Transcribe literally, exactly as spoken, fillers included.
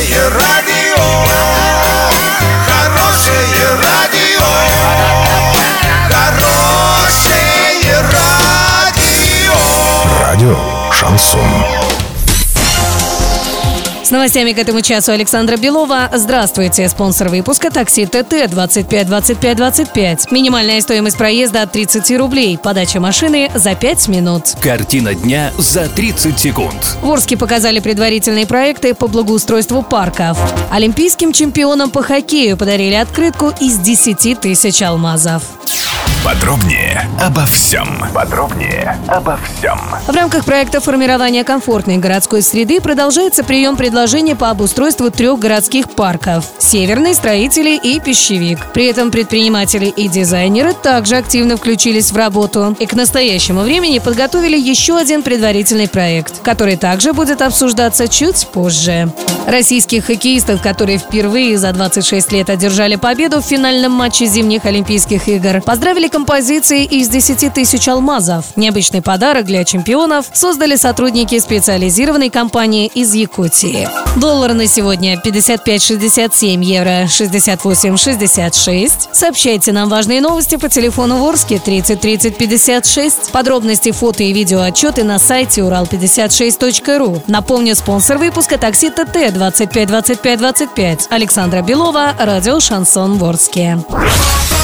Хорошее радио, хорошее радио, хорошее радио. Радио «Шансон». С новостями к этому часу Александра Белова. Здравствуйте. Спонсор выпуска такси ТТ двадцать пять двадцать пять двадцать пять. Минимальная стоимость проезда от тридцать рублей. Подача машины за пять минут. Картина дня за тридцать секунд. В Орске показали предварительные проекты по благоустройству парков. Олимпийским чемпионам по хоккею подарили открытку из десяти тысяч алмазов. Подробнее обо всем. Подробнее обо всем. В рамках проекта формирования комфортной городской среды продолжается прием предложений по обустройству трех городских парков – Северный, Строители и Пищевик. При этом предприниматели и дизайнеры также активно включились в работу и к настоящему времени подготовили еще один предварительный проект, который также будет обсуждаться чуть позже. Российских хоккеистов, которые впервые за двадцать шесть лет одержали победу в финальном матче зимних Олимпийских игр, поздравили композицией из десяти тысяч алмазов. Необычный подарок для чемпионов создали сотрудники специализированной компании из Якутии. Доллар на сегодня пятьдесят пять шестьдесят семь, евро шестьдесят восемь шестьдесят шесть. Сообщайте нам важные новости по телефону в Орске тридцать тридцать пятьдесят шесть. Подробности, фото и видеоотчеты на сайте урал пятьдесят шесть точка ру. Напомню, спонсор выпуска такси ТТ двадцать пять двадцать пять двадцать пять. Александра Белова, радио «Шансон» в Орске.